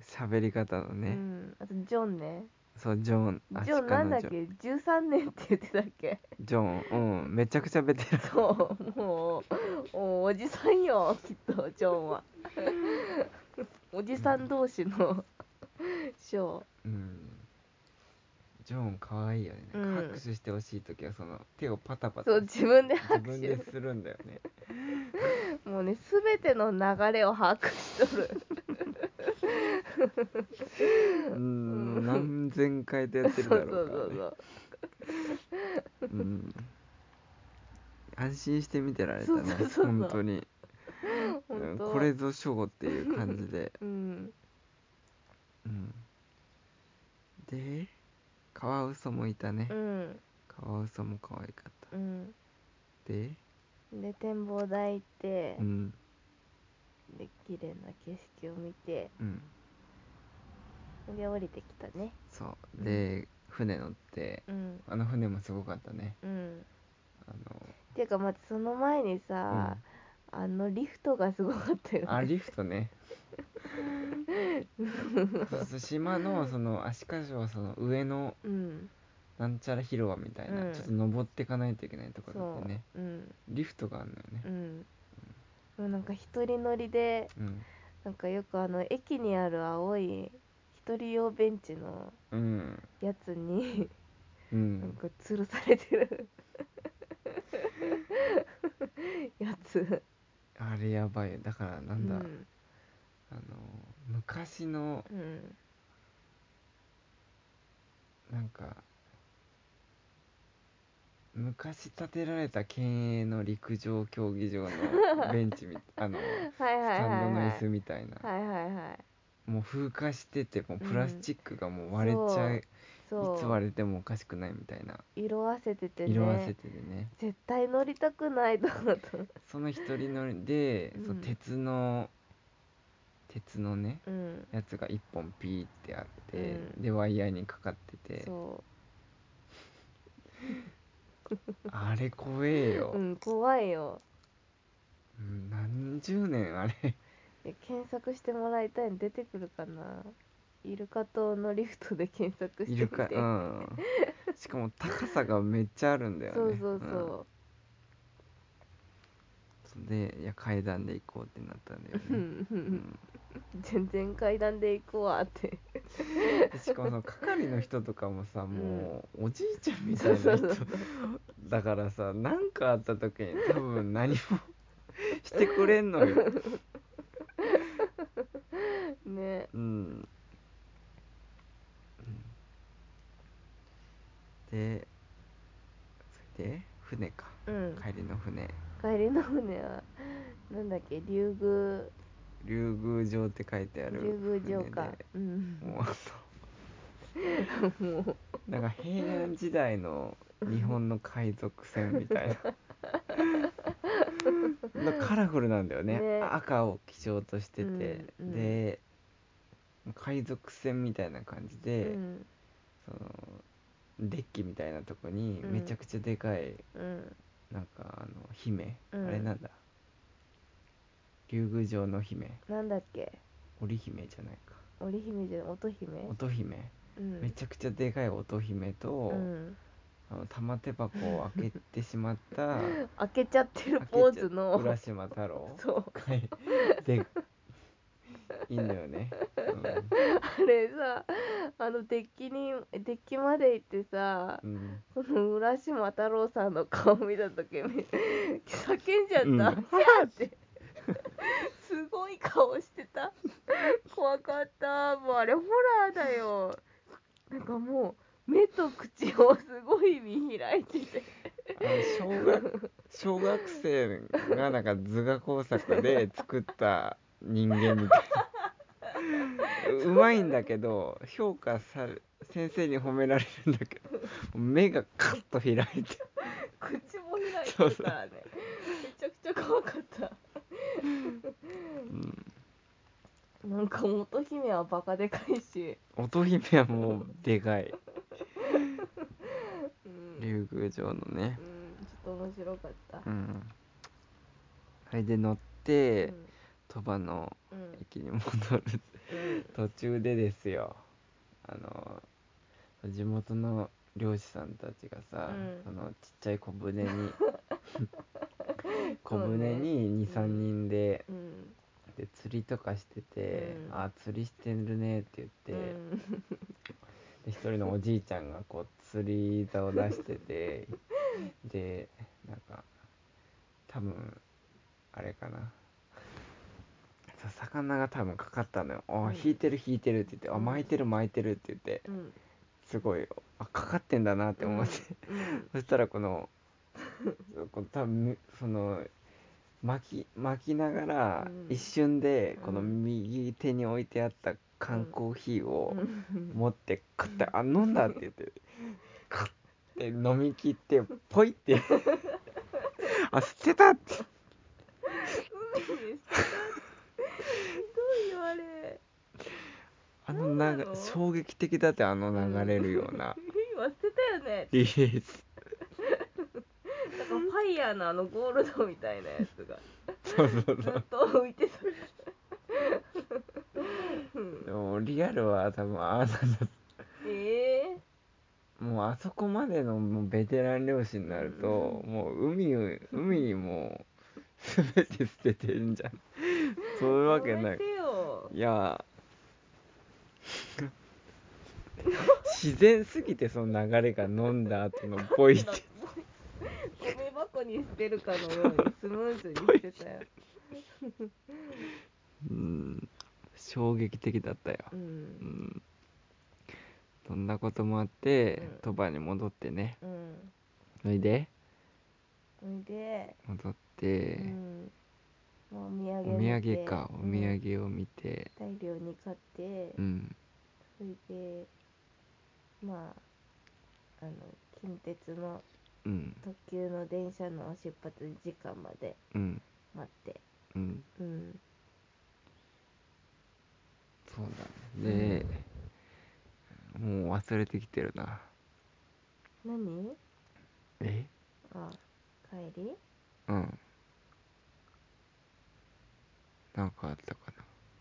喋り方のね、 あとジョンね。 そうジョン、 ジョンなんだっジョン、 け、13年って言ってたっけ。 ジョン、めちゃくちゃベテラン。 そうもうおじさんよきっとジョンはおじさん同士のショジョンかわいいよね。 ー。 なんか拍手してほしいときはその手をパタパタそう自分で自拍分手でするんだよね。 もうね、すべての流れを把握しとる何千回とやってるだろうからね。安心して見てられたね、本当に。 本当これぞショーっていう感じで。で、カワウソもいたね。カワウソも可愛かった。で、 展望台行って、 うん、 で綺麗な景色を見て、で降りてきたね。 そうで、船乗って、あの船もすごかったね。 ていうか待って、その前にさ、リフトがすごかったよね。 リフトね。そう島のそのアシカ城はその上のなんちゃら広場みたいな、ちょっと登っていかないといけないところでね、リフトがあるのよね。 もうなんか一人乗りで、なんかよく駅にある青い一人用ベンチのやつに、なんか吊るされてるやつ。 あれやばいよ。だからなんだ、昔のなんか昔建てられた県営の陸上競技場のベンチみたいスタンドの椅子みたいな、もう風化してて、もうプラスチックがもう割れちゃい、いつ割れてもおかしくないみたいな、 色あせててね、 色あせててね、 絶対乗りたくないと思った。 その一人乗りで、そう鉄のね、やつが一本ピーってあって、でワイヤーにかかってて、あれ怖えよ。 怖いよ。 何十年あれ検索してもらいたいの出てくるかな。イルカ島のリフトで検索してみて。 しかも高さがめっちゃあるんだよね。で、いや階段で行こうってなったんだよね。 全然階段で行こうわってしかもその係の人とかもさ、もうおじいちゃんみたいな人だからさ、何かあった時に多分何もしてくれんのよ。 ね。 で、それで船か、帰りの船はなんだっけ、 竜宮城って書いてある竜宮船城か。 で、もうなんか平安時代の日本の海賊船みたいなカラフルなんだよね。赤を基調としてて、で海賊船みたいな感じで、そのデッキみたいなとこにめちゃくちゃでかい、なんか姫、あれなんだ、竜宮城の姫、 なんだっけ、 織姫じゃないか、 織姫じゃない、乙姫。 乙姫、めちゃくちゃでかい乙姫と、玉手箱を開けてしまった開けちゃってるポーズの浦島太郎そうでいいんだよね。 あれさ、デッキまで行ってさ、その浦島太郎さんの顔見た時叫んじゃった、はぁってすごい顔してた。怖かった。もうあれホラーだよ。なんかもう目と口をすごい見開いてて小学生がなんか図画工作で作った人間みたいな。うまいんだけど、先生に褒められるんだけど、目がカッと開いて口も開いてるからね、めちゃくちゃ怖かったなんか元姫はバカでかいし、 乙姫はもうでかい。竜宮城のね、 ちょっと面白かった。 あれで乗って鳥羽の駅に戻る。 途中でですよ、地元の漁師さんたちがさ、ちっちゃい小舟に2、3人で、で釣りとかしてて、あ、釣りしてるねって言って、で一人のおじいちゃんがこう釣り竿を出しててでなんか多分あれかな、魚が多分かかったのよ。引いてる引いてるって言って、巻いてる巻いてるって言って、すごいかかってんだなって思って、そしたらこの多分その巻きながら一瞬でこの右手に置いてあった缶コーヒーを持ってクッて飲んだって言ってクッて飲み切ってポイって捨てたって海に捨てた。ひどいよあれ。 衝撃的だって、流れるような今捨てたよね。 イエスだからファイヤーのゴールドみたいなやつがそうずっと浮いてた。 でもリアルは多分ああなんだ。もうあそこまでのもうベテラン漁師になると、もう海にもう全て捨ててるんじゃん。そういうわけない。 やめてよ。 いや自然すぎて、その流れが飲んだ後のポイってゴミ箱に捨てるかのようにスムーズに捨てたよ。 衝撃的だったよ。そんなこともあって、鳥羽に戻ってね。それで戻って、 お土産を見て大量に買って、それで近鉄の特急の電車の出発時間まで待って、 そうだね。もう忘れてきてるな。 何？帰り？ なんかあったか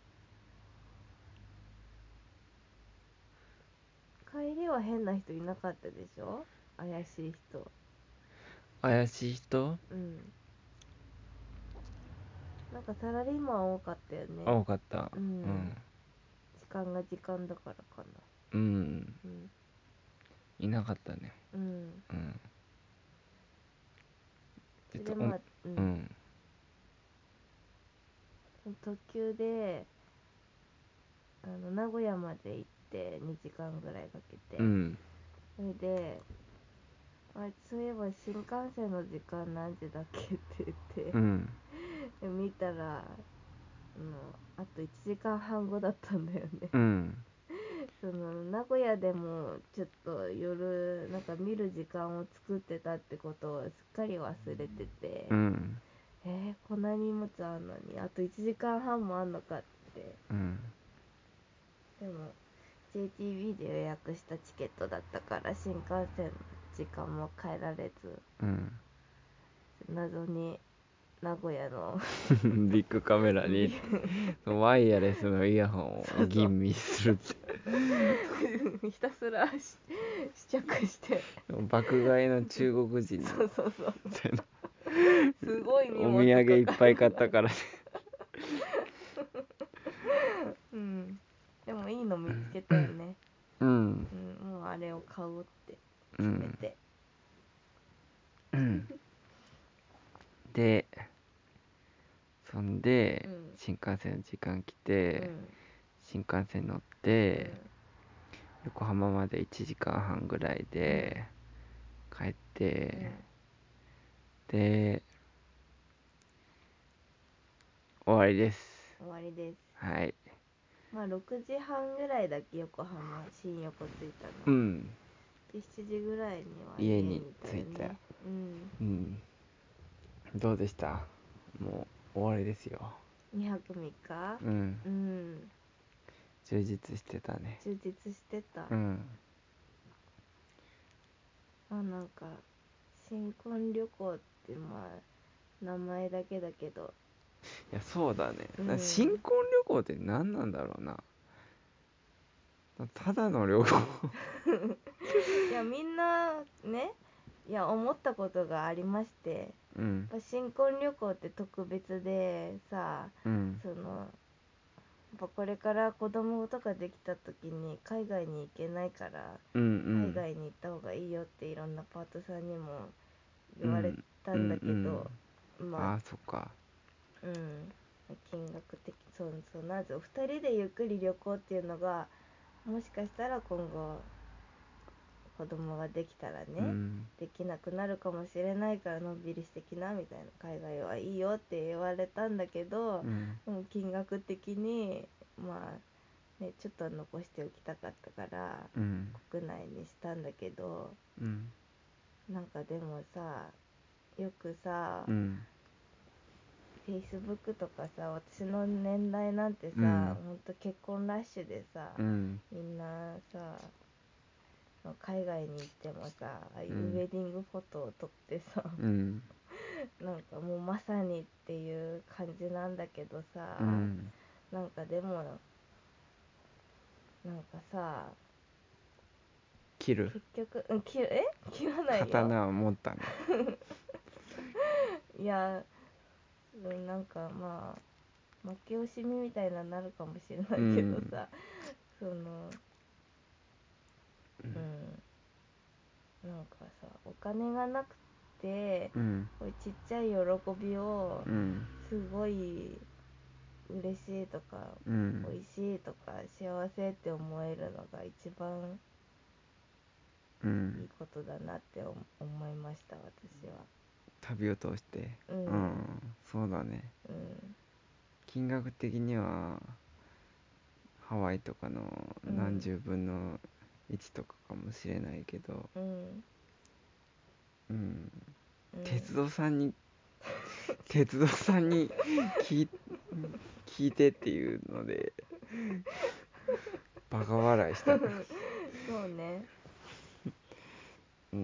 な。帰りは変な人いなかったでしょ？怪しい人。なんかサラリーマン多かったよね。 多かった。 時間が時間だからかな。いなかったね。 で特急で名古屋まで行って2時間ぐらいかけて、それでそういえば新幹線の時間何時だっけって言って、見たらあと1時間半後だったんだよね。名古屋でもちょっと夜なんか見る時間を作ってたってことをすっかり忘れてて、こんな荷物あんのにあと1時間半もあんのかって、でも JTB で予約したチケットだったから新幹線の時間も変えられず、謎に名古屋のビッグカメラにワイヤレスのイヤホンを吟味するってひたすら試着して爆買いの中国人のすごい荷お物土産いっぱい買ったからね。 でもいいの見つけたよね。もうあれを買おうって決めて、 でそんで、新幹線の時間来て、新幹線乗って、横浜まで1時間半ぐらいで帰って、で終わりです。はい。 6時半ぐらいだっけ新横着いたの。で7時ぐらいには家にいたよね。 どうでした？もう終わりですよ。 2泊3日？ 充実してたね。 充実してた。なんか新婚旅行って名前だけだけど、 いやそうだね、新婚旅行って何なんだろうな。 ただの旅行いやみんなね、いや思ったことがありまして、 うん、 やっぱ新婚旅行って特別でさ、 うん、 そのやっぱこれから子供とかできた時に海外に行けないから、 うん、 海外に行った方がいいよっていろんなパートさんにも言われうん、 たんだうん、 けど、まあああそっか、 金額的、そうなぜお二人でゆっくり旅行っていうのがもしかしたら今後子供ができたらね、 うん、 できなくなるかもしれないからのんびりしてきなみたいな、海外はいいよって言われたんだけど、 うん、 金額的にまあねちょっと残しておきたかったからうん、 国内にしたんだけど、 うん、 なんかでもさ、よくさ、 うん、 Facebook とかさ、私の年代なんてさ、 うん、 ほんと結婚ラッシュでさ、 うん、 みんなさ、海外に行ってもさ、ああいうウうん、 ェディングフォトを撮ってさ、 うん、 なんかもうまさにっていう感じなんだけどうさ、 ん、 なんかでも、なんかさ、 切る結局、切らないよ。 刀は持ったの？ いや、なんかまあ、負け惜しみみたいなのになるかもしれないけどさ、その、なんかさ、お金がなくて、 うん、 こういうちっちゃい喜びをうん、 すごい嬉しいとか、 うん、 美味しいとか幸せって思えるのが一番うん、 いいことだなって思いました、私は。 旅を通して、 ううん、 んそうだね。 うん金額的にはハワイとかの何うん十分の1とかかもしれないけど、 うんうん、 うん鉄道さんに鉄道さんに聞い、聞いてっていうのでバカ笑いした。 そうね。 うん、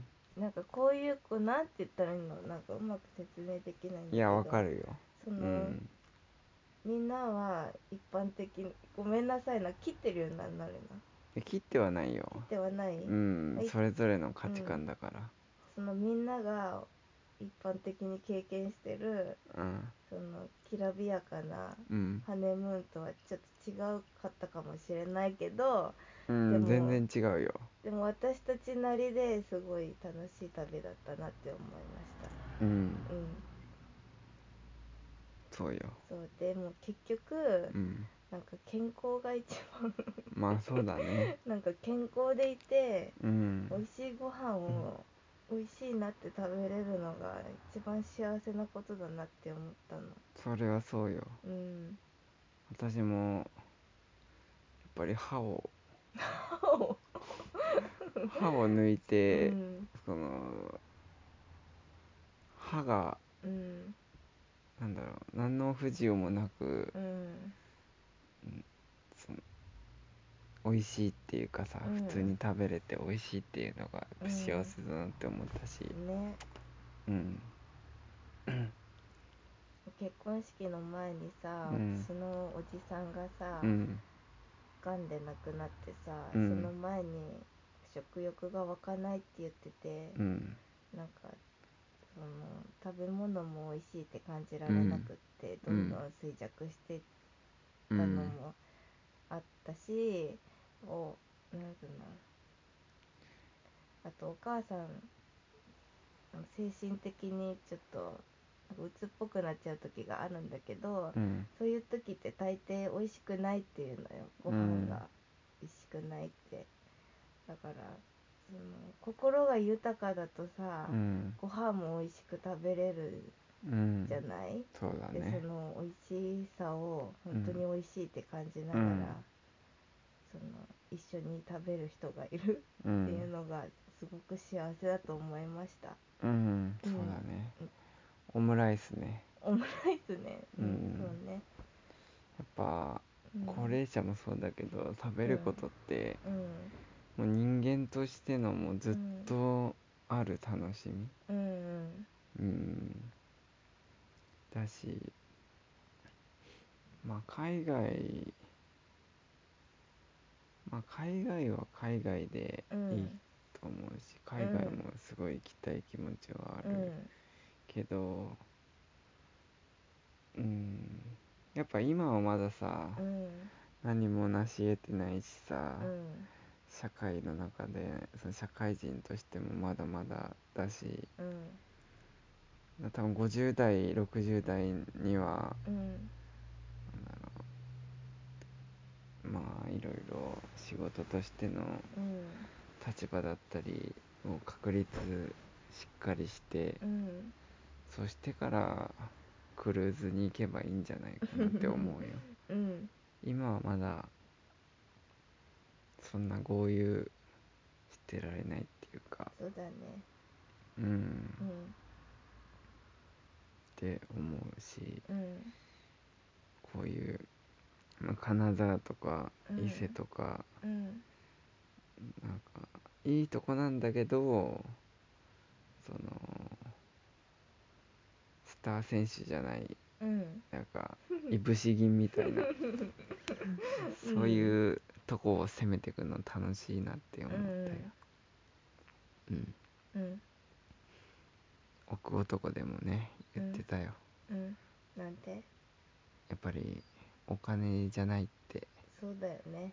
なんかこういう子なんて言ったらいいの、なんかうまく説明できないんいや、 だけど、 わかるよ。 そのうん、 みんなは一般的に、ごめんなさいな、切ってるようになるな。 切ってはないよ。 切ってはない、 うん、それぞれの価値うん、 観だから。 そのみんなが一般的に経験してるうん、 そのきらびやかなうん、 ハネムーンとはちょっと違うかったかもしれないけど、 うん、全でも然違うよ。 私たちなりですごい楽しい旅だったなって思いましうん、 た。 そうよ。 そうでも結局うん、 なんか健康が一番まあそうだね。 なんか健康でいてうん、 美味しいご飯を美味しいなって食べれるのが一番幸せなことだなって思ったの。 それはそうよ。 うん私もやっぱり歯を抜いて、 うんその歯がうんなんだろう、何の不自由もなく、 うんその美味しいっていうかさ、普通うんに食べれて美味しいっていうのがやっぱ幸うんせだなって思ったし、 ね、 うん、 結婚式の前にさ、 うん、 私のおじさんがさ、 うん、 がんで亡くなってさ、そのうん、 前に食欲が湧かないって言ってて、 うん、 なんかその食べ物も美味しいって感じらうん、 れなくって、どんどんうん、 衰弱していっうん、 たのもあったし、なんていうの、あとお母さん精神的にちょっと鬱っぽくなっちゃう時があるんだけど、 うん、 そういう時って大抵美味しくないっていうのよ、ごうん、 飯が美味しくないって。だからその心が豊かだとさ、 うん、 ご飯も美味しく食べれるうん、 じゃない。 そうだでそね。 の美味しさを本当にうん、 美味しいって感じながら、 うん、 その一緒に食べる人がいるっていううん、 のがすごく幸せだと思いました。 うん、 うん、 そうだね。オムライスね。 オムライスね、 うん、 そうね、 やっぱ高うん齢者もそうだけど、食べうんることってうんもう人間としてのもうずっうんとある楽しみ、 うんうん、だし、まあ海外、 まあ海外は海外でいいと思うし、海外もすごい行きたい気持ちはあるけど、やっぱ今はまださ、何も成し得てないしさ、社会の中でその社会人としてもまだまだだし、多分50代60代には、まあいろいろ仕事としての立場だったりを確立しっかりして、そしてからクルーズに行けばいいんじゃないかなって思うよ。今はまだそんな豪遊してられないっていうか、 そうだね。 って思うし、こういう、金沢とか伊勢とか、なんかいいとこなんだけど、そのスター選手じゃない、なんかいぶし銀みたいなそういうとこを攻めていくの楽しいなって思ったよ。奥男でもね言ってたよ。 なんて？ やっぱりお金じゃないって。 そうだよね。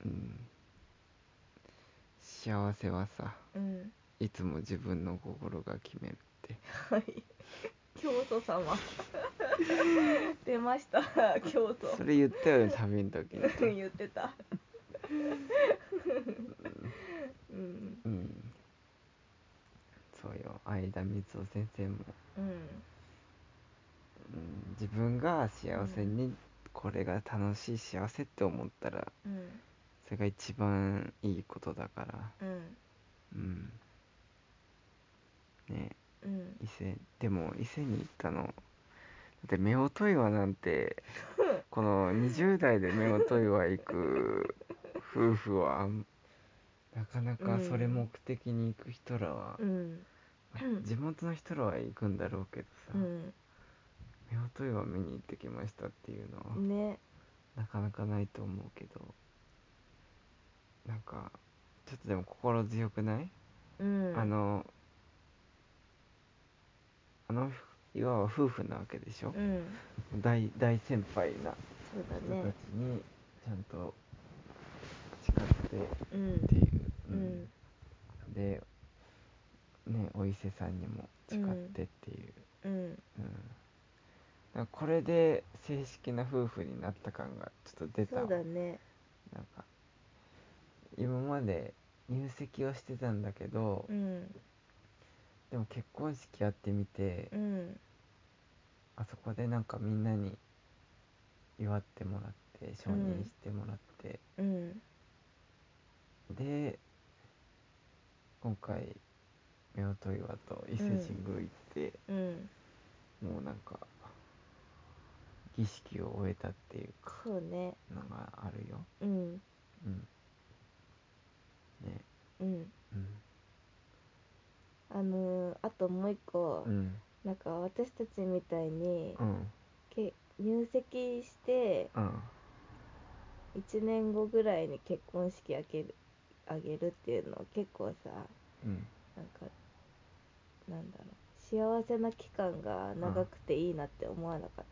幸せはさ、いつも自分の心が決めるって。 はい。教祖様出ました教祖。 それ言ったよね、旅の時に。 言ってた。 そうよ、相田光夫先生も、自分が幸せに、これが楽しい幸せって思ったら、それが一番いいことだから。ね、でも伊勢に行ったのだって夫婦岩なんてこの20代で夫婦岩行く夫婦はなかなかそれ目的に行く人らは、地元の人らは行くんだろうけどさ、夫婦岩見に行ってきましたっていうのは、ね、なかなかないと思うけど、なんかちょっとでも心強くない？あの岩は夫婦なわけでしょ、大先輩な人たちにちゃんと誓ってっていう、でね、お伊勢さんにも誓ってっていう、だからこれで正式な夫婦になった感がちょっと出たわ。 そうだね。 なんか今まで入籍をしてたんだけど、でも結婚式やってみて、あそこでなんかみんなに祝ってもらって承認してもらって、で今回夫婦岩と伊勢神宮行って、もうなんか儀式を終えたっていうか、 そうね、 のがあるよ。ね。 あともう一個、なんか私たちみたいに、入籍して1年後ぐらいに結婚式あげるっていうのは結構さ、なんかなんだろう、幸せな期間が長くていいなって思わなかった？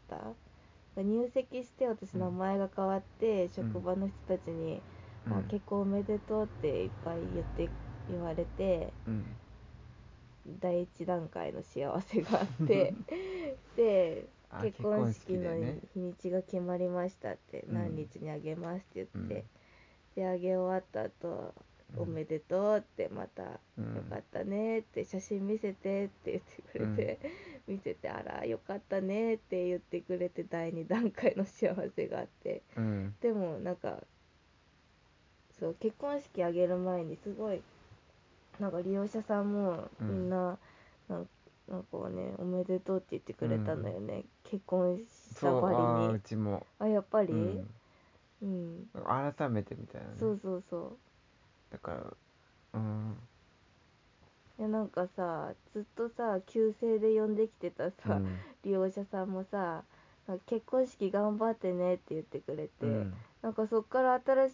入籍して私名前が変わって、職場の人たちに、結婚おめでとうっていっぱい言われて、第一段階の幸せがあってで結婚式の日にちが決まりましたって、何日にあげますって言って、であげ終わった後、おめでとうってまた、よかったねって写真見せてって言ってくれて、見せて、あらよかったねって言ってくれて、第2段階の幸せがあって、でもなんかそう結婚式あげる前にすごいなんか利用者さんもみんな、なんかね、おめでとうって言ってくれたのよね、結婚したばりに。 うちもやっぱり、 改めてみたいなね。 そうだからいやなんかさ、ずっとさ旧姓で呼んできてたさ、利用者さんもさ、結婚式頑張ってねって言ってくれて、なんかそっから新し